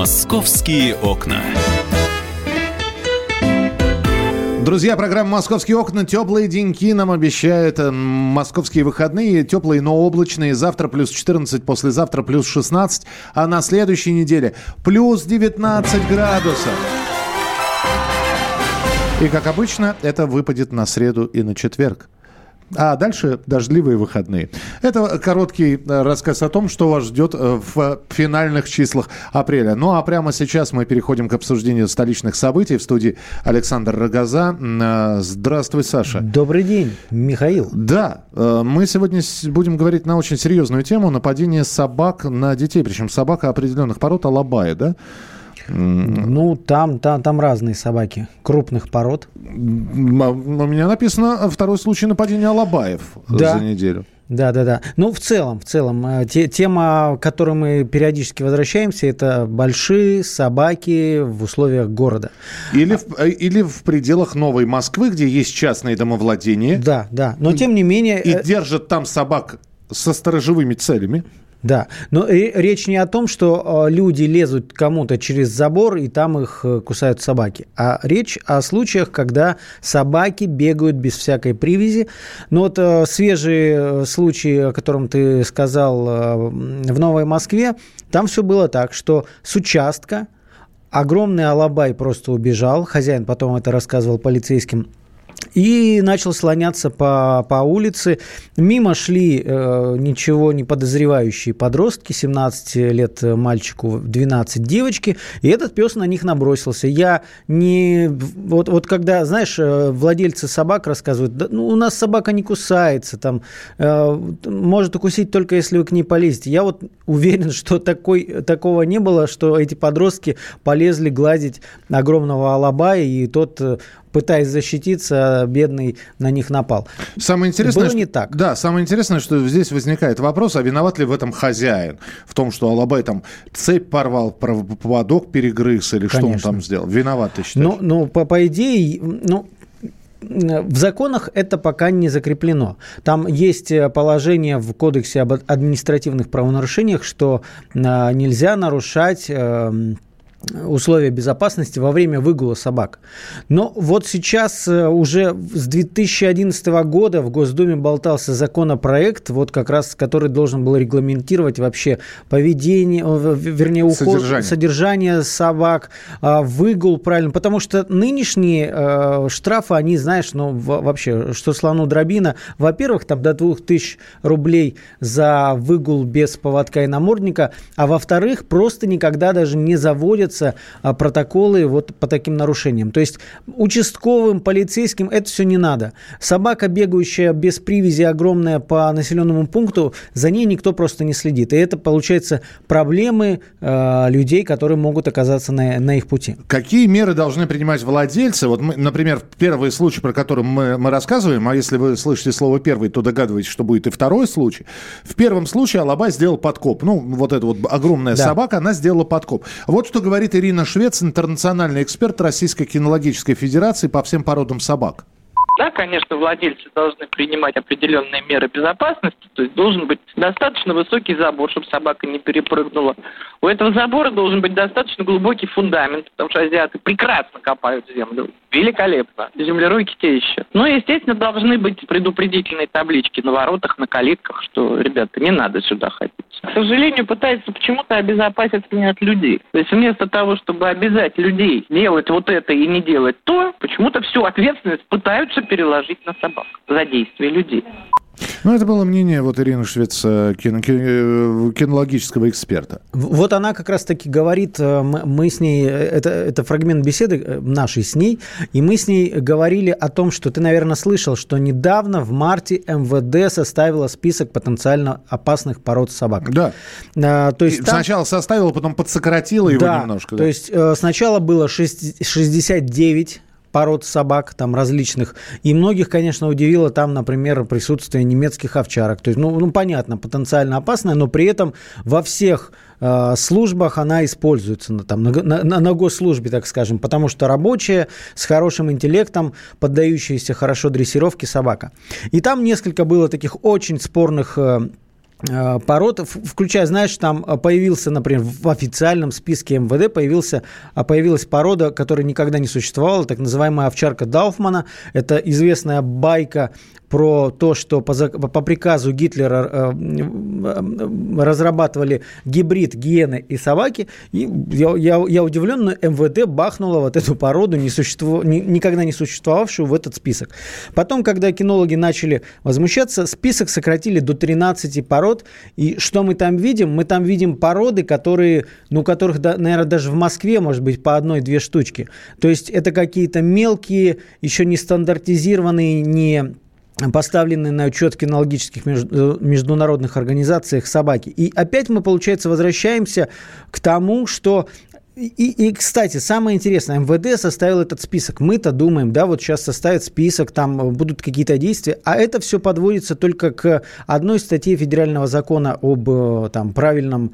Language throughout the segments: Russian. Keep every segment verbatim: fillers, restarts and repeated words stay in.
«Московские окна». Друзья, программа «Московские окна». Теплые деньки нам обещают. Московские выходные. Теплые, но облачные. Завтра плюс четырнадцать, послезавтра плюс шестнадцать. А на следующей неделе плюс девятнадцать градусов. И, как обычно, это выпадет на среду и на четверг. А дальше дождливые выходные. Это короткий рассказ о том, что вас ждет в финальных числах апреля. Ну а прямо сейчас мы переходим к обсуждению столичных событий. В студии Александр Рогоза. Здравствуй, Саша. Добрый день, Михаил. Да, мы сегодня будем говорить на очень серьезную тему. Нападение собак на детей. Причем собака определенных пород, алабая, да? Ну, там, там, там разные собаки, крупных пород. У меня написано второй случай нападения алабаев да. за неделю. Да, да, да. Ну, в целом, в целом, те, тема, к которой мы периодически возвращаемся, это большие собаки в условиях города. Или, в, или в пределах Новой Москвы, где есть частные домовладения. Да, да. Но тем не менее... И держат там собак со сторожевыми целями. Да, но речь не о том, что люди лезут кому-то через забор и там их кусают собаки, а речь о случаях, когда собаки бегают без всякой привязи. Но вот свежий случай, о котором ты сказал, в Новой Москве, там все было так, что с участка огромный алабай просто убежал, хозяин потом это рассказывал полицейским, и начал слоняться по, по улице. Мимо шли э, ничего не подозревающие подростки, семнадцать лет мальчику, двенадцать девочки, и этот пес на них набросился. Я не... Вот, вот когда, знаешь, владельцы собак рассказывают, да, ну, у нас собака не кусается, там, э, может укусить только если вы к ней полезете. Я вот уверен, что такой, такого не было, что эти подростки полезли гладить огромного алабая, и тот... пытаясь защититься, бедный на них напал. Самое интересное, было что, не так. Да, самое интересное, что здесь возникает вопрос, а виноват ли в этом хозяин? В том, что алабай там цепь порвал, поводок перегрыз, или Конечно. Что он там сделал? Виноват, ты считаешь? Ну, ну по, по идее, ну... В законах это пока не закреплено. Там есть положение в Кодексе об административных правонарушениях, что нельзя нарушать условия безопасности во время выгула собак. Но вот сейчас уже с две тысячи одиннадцатого года в Госдуме болтался законопроект, вот как раз, который должен был регламентировать вообще поведение, вернее, уход, содержание. содержание собак, выгул, правильно, потому что нынешние штрафы, они, знаешь, ну вообще, что слону дробина, во-первых, там до двух тысяч рублей за выгул без поводка и намордника, а во-вторых, просто никогда даже не заводят протоколы вот по таким нарушениям. То есть участковым, полицейским это все не надо. Собака, бегающая без привязи, огромная по населенному пункту, за ней никто просто не следит. И это, получается, проблемы э, людей, которые могут оказаться на, на их пути. Какие меры должны принимать владельцы? Вот мы, например, первый случай, про который мы, мы рассказываем, а если вы слышите слово «первый», то догадываетесь, что будет и второй случай. В первом случае алабай сделал подкоп. Ну, вот эта вот огромная да. собака, она сделала подкоп. Вот что говорит Говорит Ирина Швец, интернациональный эксперт Российской кинологической федерации по всем породам собак. Да, конечно, владельцы должны принимать определенные меры безопасности, то есть должен быть достаточно высокий забор, чтобы собака не перепрыгнула. У этого забора должен быть достаточно глубокий фундамент, потому что азиаты прекрасно копают землю, великолепно, землеройки те еще. Ну и, естественно, должны быть предупредительные таблички на воротах, на калитках, что, ребята, не надо сюда ходить. К сожалению, пытаются почему-то обезопаситься не от людей. То есть вместо того, чтобы обязать людей делать вот это и не делать то, почему-то всю ответственность пытаются переложить на собак за действия людей. Ну, это было мнение вот Ирины Швец, кино, кинологического эксперта. Вот она как раз-таки говорит, мы с ней, это, это фрагмент беседы нашей с ней, и мы с ней говорили о том, что ты, наверное, слышал, что недавно в марте эм вэ дэ составило список потенциально опасных пород собак. Да. А, то есть там... Сначала составила, потом подсократила его да, немножко. Да, то есть сначала было шестьдесят девять пород собак там различных. И многих, конечно, удивило там, например, присутствие немецких овчарок. То есть, ну, ну понятно, потенциально опасная, но при этом во всех э, службах она используется, на, там, на, на, на госслужбе, так скажем, потому что рабочая, с хорошим интеллектом, поддающаяся хорошо дрессировке собака. И там несколько было таких очень спорных э, пород, включая, знаешь, там появился, например, в официальном списке эм вэ дэ появился, появилась порода, которая никогда не существовала, так называемая овчарка Дауфмана. Это известная байка про то, что по, по приказу Гитлера э, разрабатывали гибрид гиены и собаки. И я, я, я удивлен, но эм вэ дэ бахнуло вот эту породу, не существов... ни, никогда не существовавшую, в этот список. Потом, когда кинологи начали возмущаться, список сократили до тринадцати пород. И что мы там видим? Мы там видим породы, которые, ну, которых, наверное, даже в Москве, может быть, по одной-две штучки. То есть это какие-то мелкие, еще не стандартизированные, не поставленные на учет в кинологических международных организациях собаки. И опять мы, получается, возвращаемся к тому, что... И, и, кстати, самое интересное, эм вэ дэ составил этот список. Мы-то думаем, да, вот сейчас составят список, там будут какие-то действия, а это все подводится только к одной статье федерального закона об там, правильном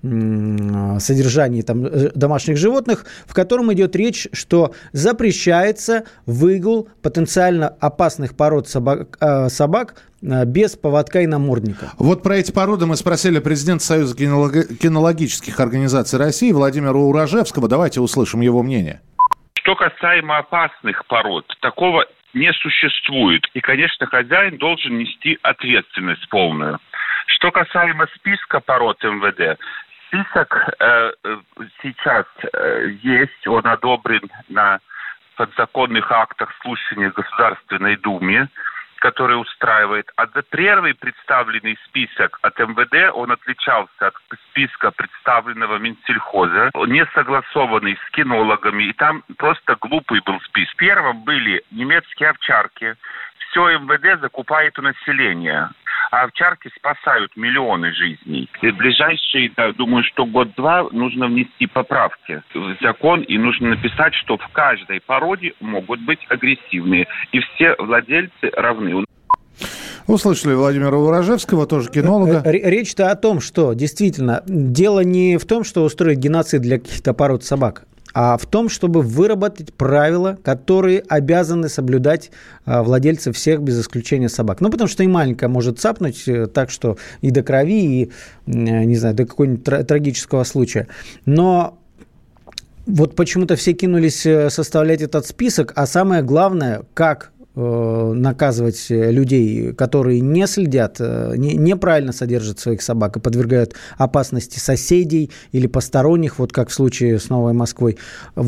м- содержании там, домашних животных, в котором идет речь, что запрещается выгул потенциально опасных пород собак, э, собак без поводка и намордника. Вот про эти породы мы спросили президента Союза кинологических организаций России Владимира Урожевского. Давайте услышим его мнение. Что касаемо опасных пород, такого не существует. И, конечно, хозяин должен нести ответственность полную. Что касаемо списка пород эм вэ дэ, список э, сейчас э, есть, он одобрен на подзаконных актах слушания в Государственной Думе, который устраивает. А за первый представленный список от эм вэ дэ, он отличался от списка, представленного Минсельхоза, не согласованный с кинологами, и там просто глупый был список. В первом были немецкие овчарки. Все эм вэ дэ закупает у населения. А овчарки спасают миллионы жизней. И в ближайшие, да, думаю, что год-два нужно внести поправки в закон, и нужно написать, что в каждой породе могут быть агрессивные, и все владельцы равны. Услышали Владимира Урожевского, тоже кинолога. Речь-то о том, что действительно дело не в том, что устроить геноцид для каких-то пород собак, а в том, чтобы выработать правила, которые обязаны соблюдать владельцы всех, без исключения собак. Ну, потому что и маленькая может цапнуть так, что и до крови, и, не знаю, до какого-нибудь трагического случая. Но вот почему-то все кинулись составлять этот список, а самое главное, как наказывать людей, которые не следят, не, неправильно содержат своих собак и подвергают опасности соседей или посторонних, вот как в случае с Новой Москвой.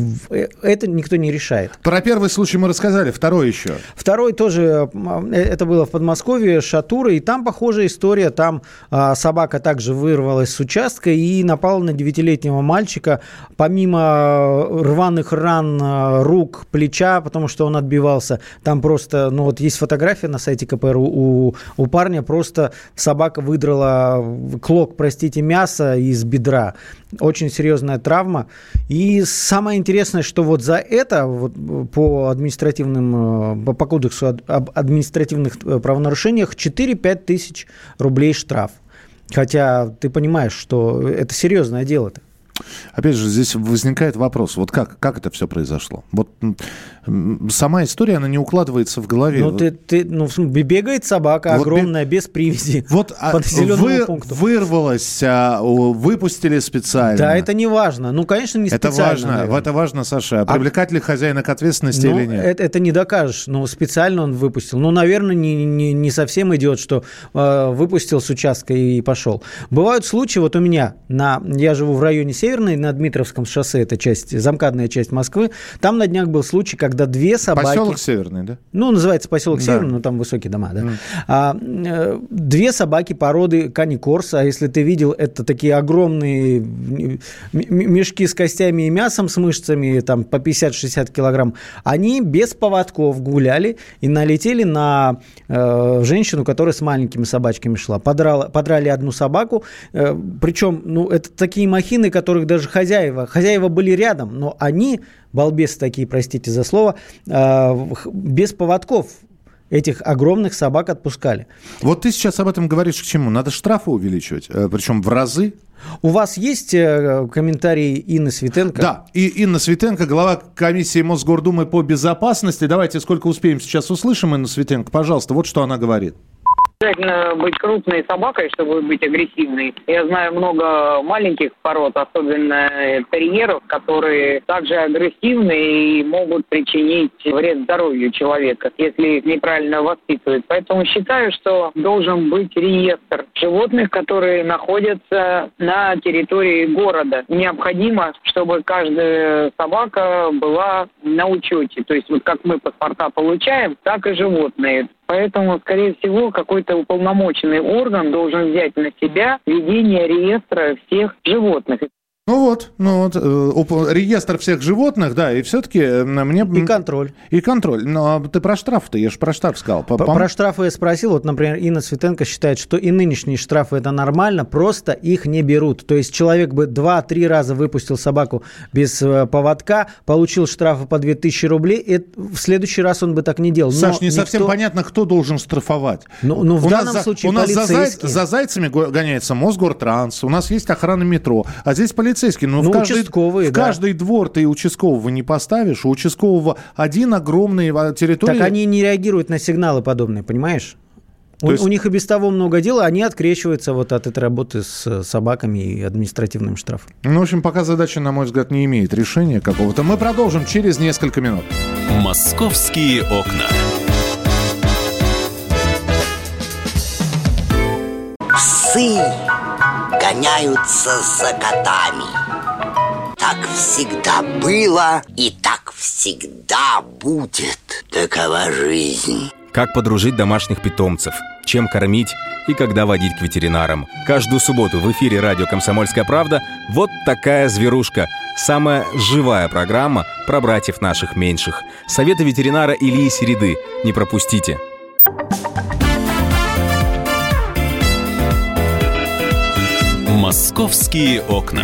Это никто не решает. Про первый случай мы рассказали, второй еще. Второй тоже, это было в Подмосковье, Шатура, и там похожая история. Там собака также вырвалась с участка и напала на девятилетнего мальчика. Помимо рваных ран рук, плеча, потому что он отбивался, там просто Просто, ну вот есть фотография на сайте ка пэ эр у, у парня, просто собака выдрала клок, простите, мяса из бедра. Очень серьезная травма. И самое интересное, что вот за это вот, по административным, по кодексу об административных правонарушениях четыре-пять тысяч рублей штраф. Хотя ты понимаешь, что это серьезное дело-то. Опять же, здесь возникает вопрос, вот как, как это все произошло? Вот сама история, она не укладывается в голове. Ну, ты, ты, ну бегает собака вот огромная, бе... без привязи вот, по населенному вы, пункту. Вырвалась, выпустили специально. Да, это не важно. Ну, конечно, не это специально. Важно, это важно, Саша. А привлекать ли хозяина к ответственности ну, или нет? Это, это не докажешь. Ну, специально он выпустил. Ну, наверное, не, не, не совсем идет, что э, выпустил с участка и пошел. Бывают случаи, вот у меня, на, я живу в районе Северного, на Дмитровском шоссе, это часть, замкадная часть Москвы, там на днях был случай, когда две собаки... Поселок Северный, да? Ну, называется поселок да. Северный, но там высокие дома, да. Mm. А, две собаки породы Кани-Корс, а если ты видел, это такие огромные мешки с костями и мясом, с мышцами, там, по пятьдесят-шестьдесят килограмм, они без поводков гуляли и налетели на э, женщину, которая с маленькими собачками шла. Подрала, подрали одну собаку, э, причем, ну, это такие махины, которые даже хозяева, хозяева были рядом, но они, балбесы такие, простите за слово, без поводков этих огромных собак отпускали. Вот ты сейчас об этом говоришь к чему? Надо штрафы увеличивать, причем в разы. У вас есть комментарии Инны Светенко? Да, и Инна Светенко, глава комиссии Мосгордумы по безопасности. Давайте, сколько успеем, сейчас услышим Инну Светенко. Пожалуйста, вот что она говорит. Обязательно быть крупной собакой, чтобы быть агрессивной. Я знаю много маленьких пород, особенно терьеров, которые также агрессивны и могут причинить вред здоровью человека, если их неправильно воспитывают. Поэтому считаю, что должен быть реестр животных, которые находятся на территории города. Необходимо, чтобы каждая собака была на учете. То есть вот как мы паспорта получаем, так и животные. Поэтому, скорее всего, какой-то уполномоченный орган должен взять на себя ведение реестра всех животных. Ну вот, ну вот, э, реестр всех животных, да, и все-таки мне... И контроль. И контроль. Но ты про штраф-то, я же про штраф сказал. Про, про штрафы я спросил. Вот, например, Инна Цветенко считает, что и нынешние штрафы это нормально, просто их не берут. То есть человек бы два-три раза выпустил собаку без поводка, получил штрафы по две тысячи рублей, и в следующий раз он бы так не делал. Саш, Но не никто... совсем понятно, кто должен штрафовать. Ну, ну в у данном нас случае у нас за, зай... полицейские. за зайцами гоняется Мосгортранс, у нас есть охрана метро, а здесь полицейские. Ну, ну в каждый, участковые, в да. каждый двор ты участкового не поставишь, у участкового один огромный территория. Так они не реагируют на сигналы подобные, понимаешь? У, есть... у них и без того много дела, они открещиваются вот от этой работы с собаками и административным штрафом. Ну, в общем, пока задача, на мой взгляд, не имеет решения какого-то. Мы продолжим через несколько минут. «Московские окна». Псы гоняются за котами. Так всегда было и так всегда будет. Такова жизнь. Как подружить домашних питомцев, чем кормить и когда водить к ветеринарам. Каждую субботу в эфире радио «Комсомольская правда» вот такая зверушка. Самая живая программа про братьев наших меньших. Советы ветеринара Ильи Середы. Не пропустите. «Московские окна».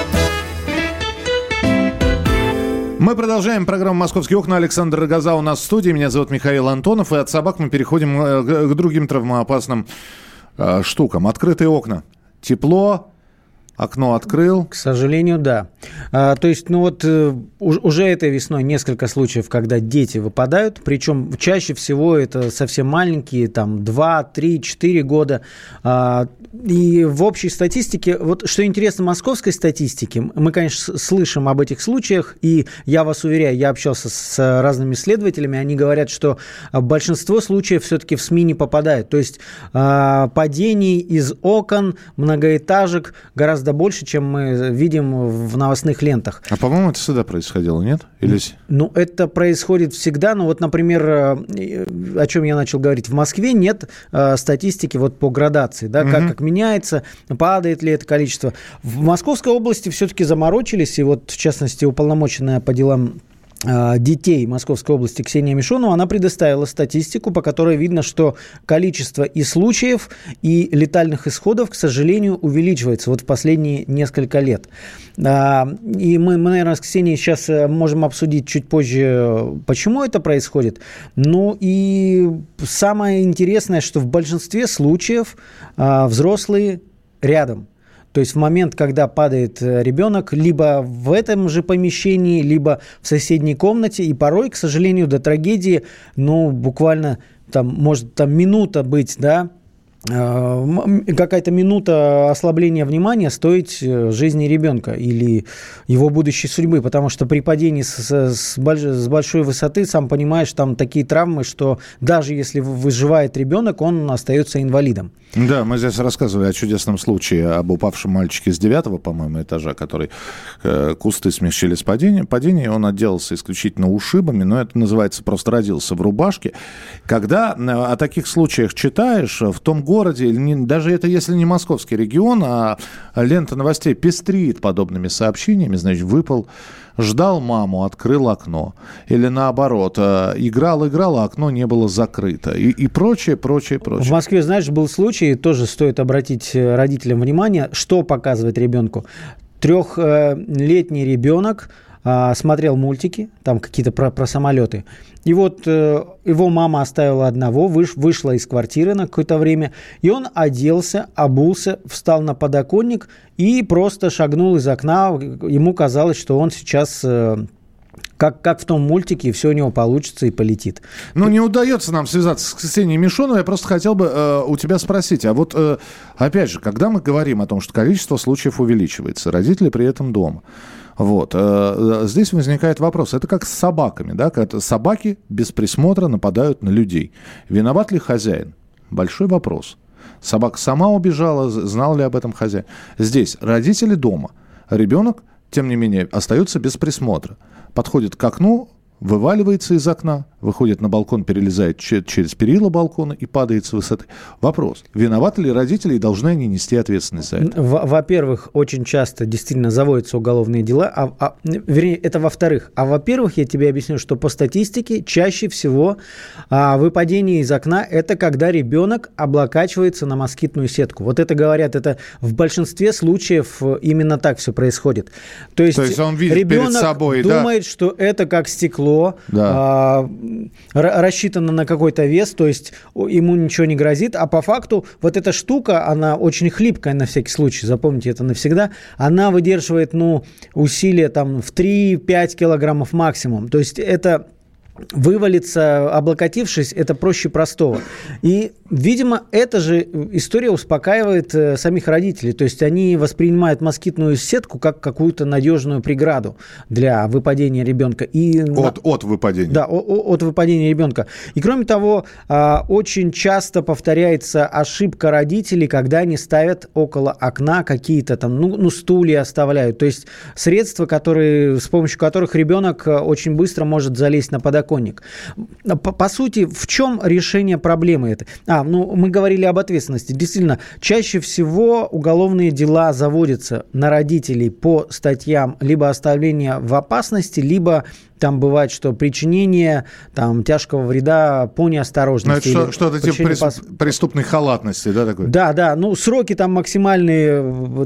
Мы продолжаем программу «Московские окна». Александр Рогоза у нас в студии. Меня зовут Михаил Антонов. И от собак мы переходим к другим травмоопасным э, штукам. Открытые окна. Тепло. Окно открыл. К сожалению, да. А, то есть, ну вот э, уже этой весной несколько случаев, когда дети выпадают, причем чаще всего это совсем маленькие, там два, три, четыре года. А, и в общей статистике, вот что интересно московской статистике, мы, конечно, слышим об этих случаях, и я вас уверяю, я общался с разными исследователями, они говорят, что большинство случаев все-таки в СМИ не попадают. То есть а, падений из окон, многоэтажек гораздо больше, чем мы видим в новостных лентах. А, по-моему, это всегда происходило, нет? Или... Ну, это происходит всегда. Ну, вот, например, о чем я начал говорить. В Москве нет э, статистики вот по градации, да, угу. как, как меняется, падает ли это количество. В Московской области все-таки заморочились, и вот, в частности, уполномоченная по делам детей Московской области Ксения Мишонова, она предоставила статистику, по которой видно, что количество и случаев, и летальных исходов, к сожалению, увеличивается вот в последние несколько лет. И мы, мы, наверное, с Ксенией сейчас можем обсудить чуть позже, почему это происходит. Ну и самое интересное, что в большинстве случаев взрослые рядом. То есть в момент, когда падает ребенок, либо в этом же помещении, либо в соседней комнате, и порой, к сожалению, до трагедии, ну, буквально там, может там минута быть, да, какая-то минута ослабления внимания стоить жизни ребенка или его будущей судьбы, потому что при падении с, с, больш, с большой высоты, сам понимаешь, там такие травмы, что даже если выживает ребенок, он остается инвалидом. Да, мы здесь рассказывали о чудесном случае об упавшем мальчике с девятого, по-моему, этажа, который э, кусты смягчили с падения. Падение, он отделался исключительно ушибами, но это называется просто родился в рубашке. Когда о таких случаях читаешь, в том городе, даже это если не московский регион, а лента новостей пестрит подобными сообщениями, значит, выпал, ждал маму, открыл окно. Или наоборот, играл-играл, а окно не было закрыто. И, и прочее, прочее, прочее. В Москве, знаешь, был случай, тоже стоит обратить родителям внимание, что показывает ребенку. Трехлетний ребенок смотрел мультики, там какие-то про, про самолеты. И вот э, его мама оставила одного, выш, вышла из квартиры на какое-то время, и он оделся, обулся, встал на подоконник и просто шагнул из окна. Ему казалось, что он сейчас э, Как, как в том мультике, все у него получится и полетит. Ну, не удается нам связаться с Ксенией Мишоновой. Я просто хотел бы э, у тебя спросить. А вот, э, опять же, когда мы говорим о том, что количество случаев увеличивается, родители при этом дома, вот, э, здесь возникает вопрос. Это как с собаками, да? Когда собаки без присмотра нападают на людей. Виноват ли хозяин? Большой вопрос. Собака сама убежала, знал ли об этом хозяин? Здесь родители дома. Ребенок, тем не менее, остается без присмотра. Подходит к окну, вываливается из окна, выходит на балкон, перелезает через перила балкона и падает с высоты. Вопрос. Виноваты ли родители и должны они нести ответственность за это? Во-первых, очень часто действительно заводятся уголовные дела. А, а, вернее, это во-вторых. А во-первых, я тебе объясню, что по статистике чаще всего а, выпадение из окна – это когда ребенок облокачивается на москитную сетку. Вот это говорят, это в большинстве случаев именно так все происходит. То есть, То есть он видит ребенок перед собой, думает, да? что это как стекло, да. а, рассчитано на какой-то вес, то есть ему ничего не грозит, а по факту вот эта штука, она очень хлипкая на всякий случай, запомните это навсегда, она выдерживает, ну, усилия там в три-пять килограммов максимум, то есть это... Вывалиться, облокотившись, это проще простого. И, видимо, эта же история успокаивает э, самих родителей. То есть они воспринимают москитную сетку как какую-то надежную преграду для выпадения ребенка. И, от, от выпадения. Да, о, о, от выпадения ребенка. И, кроме того, э, очень часто повторяется ошибка родителей, когда они ставят около окна какие-то там, ну, ну стулья оставляют. То есть средства, которые, с помощью которых ребенок очень быстро может залезть на подоконник. По, по сути, в чем решение проблемы этой? А, ну, мы говорили об ответственности. Действительно, чаще всего уголовные дела заводятся на родителей по статьям либо оставления в опасности, либо там бывает, что причинение там, тяжкого вреда по неосторожности. Ну, это что, что-то типа прес... пос... преступной халатности, да, такой? Да, да. Ну, сроки там максимальные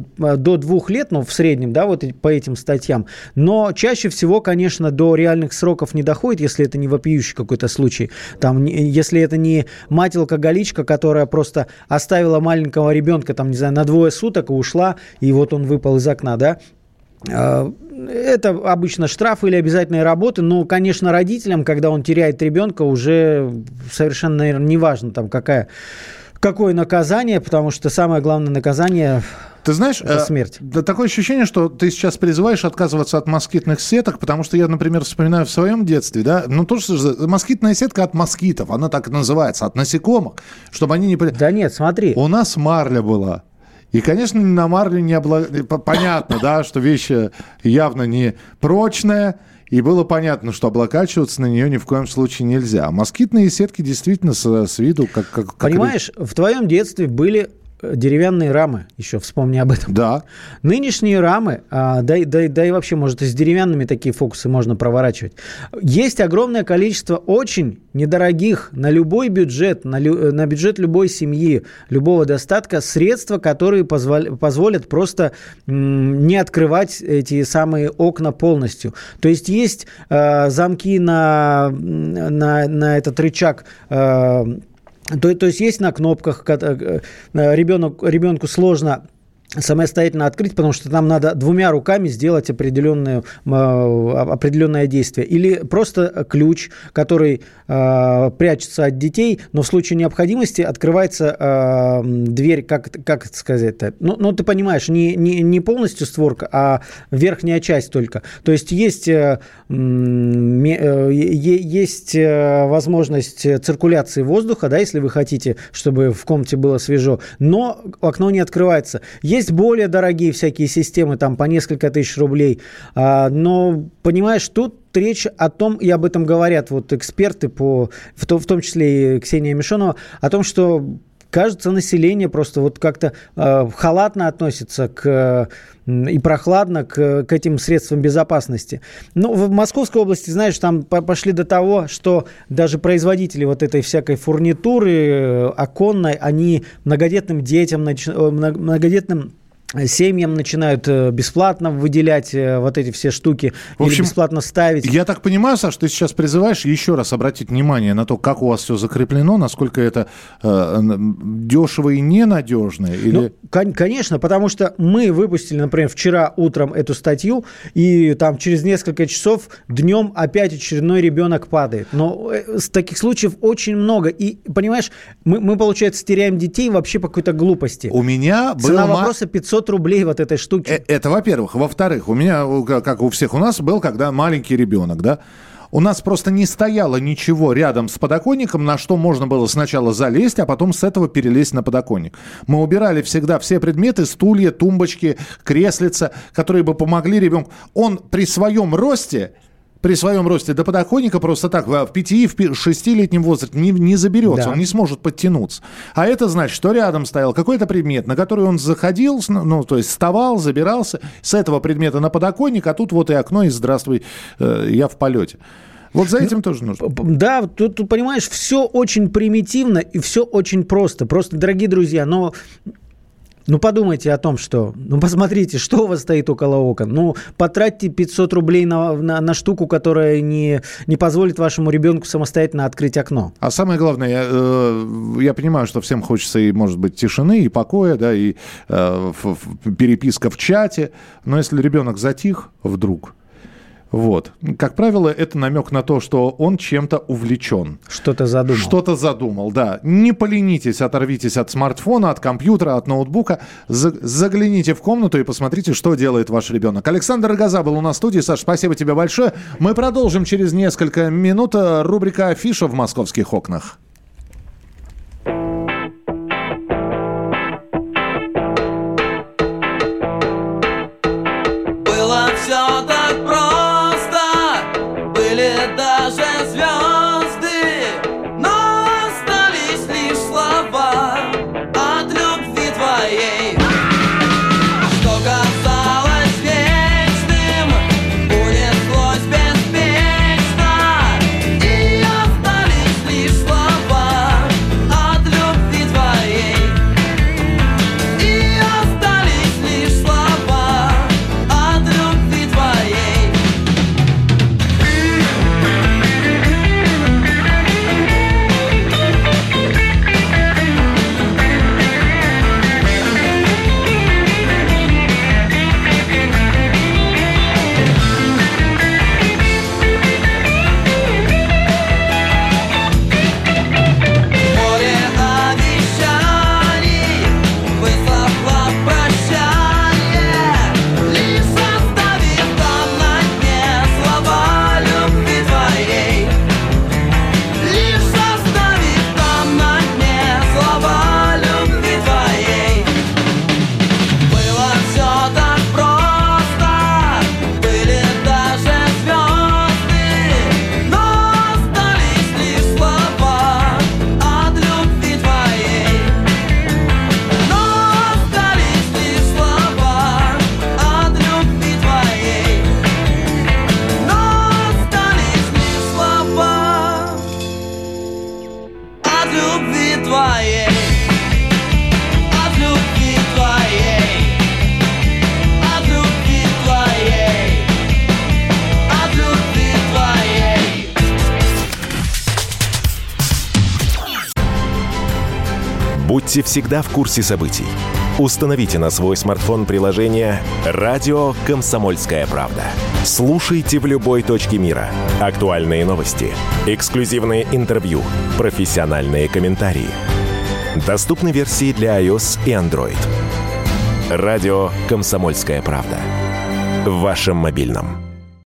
до двух лет, ну, в среднем, да, вот по этим статьям. Но чаще всего, конечно, до реальных сроков не доходит, если это не вопиющий какой-то случай. Там, если это не мать-алкоголичка, которая просто оставила маленького ребенка, там, не знаю, на двое суток и ушла, и вот он выпал из окна, да. Это обычно штрафы или обязательные работы, но, конечно, родителям, когда он теряет ребенка, уже совершенно, наверное, неважно, там, какая, какое наказание, потому что самое главное наказание... Ты знаешь, это смерть. Да, такое ощущение, что ты сейчас призываешь отказываться от москитных сеток, потому что я, например, вспоминаю в своем детстве, да, ну то, что москитная сетка от москитов, она так и называется, от насекомых, чтобы они не... Да нет, смотри. У нас марля была. И, конечно, на марле не обла... понятно, да, что вещь явно не прочная, и было понятно, что облокачиваться на нее ни в коем случае нельзя. А москитные сетки действительно с, с виду как... как Понимаешь, как... в твоем детстве были деревянные рамы, еще вспомни об этом. Да. Нынешние рамы, а, да, да, да и вообще, может, и с деревянными такие фокусы можно проворачивать. Есть огромное количество очень недорогих на любой бюджет, на, лю, на бюджет любой семьи, любого достатка, средства, которые позволь, позволят просто м, не открывать эти самые окна полностью. То есть есть э, замки на, на, на этот рычаг, э, То, то есть есть на кнопках, ребенок, ребенку сложно самостоятельно открыть, потому что там надо двумя руками сделать определенное, определенное действие. Или просто ключ, который э, прячется от детей, но в случае необходимости открывается э, дверь, как, как это сказать-то? Ну, ну, ты понимаешь, не, не, не полностью створка, а верхняя часть только. То есть есть, э, э, есть возможность циркуляции воздуха, да, если вы хотите, чтобы в комнате было свежо, но окно не открывается. Есть более дорогие всякие системы, там по несколько тысяч рублей, но, понимаешь, тут речь о том, и об этом говорят вот эксперты, по, в, том, в том числе и Ксения Мишонова, о том, что, кажется, население просто вот как-то э, халатно относится к, э, и прохладно к, к этим средствам безопасности. Ну, в Московской области, знаешь, там пошли до того, что даже производители вот этой всякой фурнитуры оконной, они многодетным детям, многодетным семьям начинают бесплатно выделять вот эти все штуки, в общем, или бесплатно ставить. Я так понимаю, Саш, ты сейчас призываешь еще раз обратить внимание на то, как у вас все закреплено, насколько это э, дешево и ненадежно? Или... Ну, кон- конечно, потому что мы выпустили, например, вчера утром эту статью, и там через несколько часов днем опять очередной ребенок падает. Но таких случаев очень много. И, понимаешь, мы, мы получается, теряем детей вообще по какой-то глупости. У меня был... Цена вопроса пятьсот рублей вот этой штуки. Это, во-первых. Во-вторых, у меня, как у всех у нас, был, когда маленький ребенок, да, у нас просто не стояло ничего рядом с подоконником, на что можно было сначала залезть, а потом с этого перелезть на подоконник. Мы убирали всегда все предметы, стулья, тумбочки, креслица, которые бы помогли ребенку. Он при своем росте... При своем росте до подоконника просто так в пяти-шестилетнем возрасте не, не заберется, да. Он не сможет подтянуться. А это значит, что рядом стоял какой-то предмет, на который он заходил, ну, то есть вставал, забирался с этого предмета на подоконник, а тут вот и окно, и здравствуй, э, я в полете. Вот за этим ну, тоже нужно. Да, тут, тут, понимаешь, все очень примитивно и все очень просто. Просто, дорогие друзья, но... Ну, подумайте о том, что... Ну, посмотрите, что у вас стоит около окон. Ну, потратьте пятьсот рублей на, на, на штуку, которая не, не позволит вашему ребенку самостоятельно открыть окно. А самое главное, я, э, я понимаю, что всем хочется, и, может быть, тишины, и покоя, да, и э, ф, ф, переписка в чате. Но если ребенок затих вдруг... Вот. Как правило, это намек на то, что он чем-то увлечен. Что-то задумал. Что-то задумал, да. Не поленитесь, оторвитесь от смартфона, от компьютера, от ноутбука. Загляните в комнату и посмотрите, что делает ваш ребенок. Александр Рогоза был у нас в студии. Саш, спасибо тебе большое. Мы продолжим через несколько минут. Рубрика «Афиша» в московских окнах. Было все так просто. Были даже звезды, но остались лишь слова от любви твоей. Что казалось вечным, унеслось беспечно, и остались лишь слова от любви твоей. И остались лишь слова от любви твоей. Будьте всегда в курсе событий. Установите на свой смартфон приложение «Радио Комсомольская правда». Слушайте в любой точке мира. Актуальные новости, эксклюзивные интервью, профессиональные комментарии. Доступны версии для iOS и Android. «Радио Комсомольская правда». В вашем мобильном.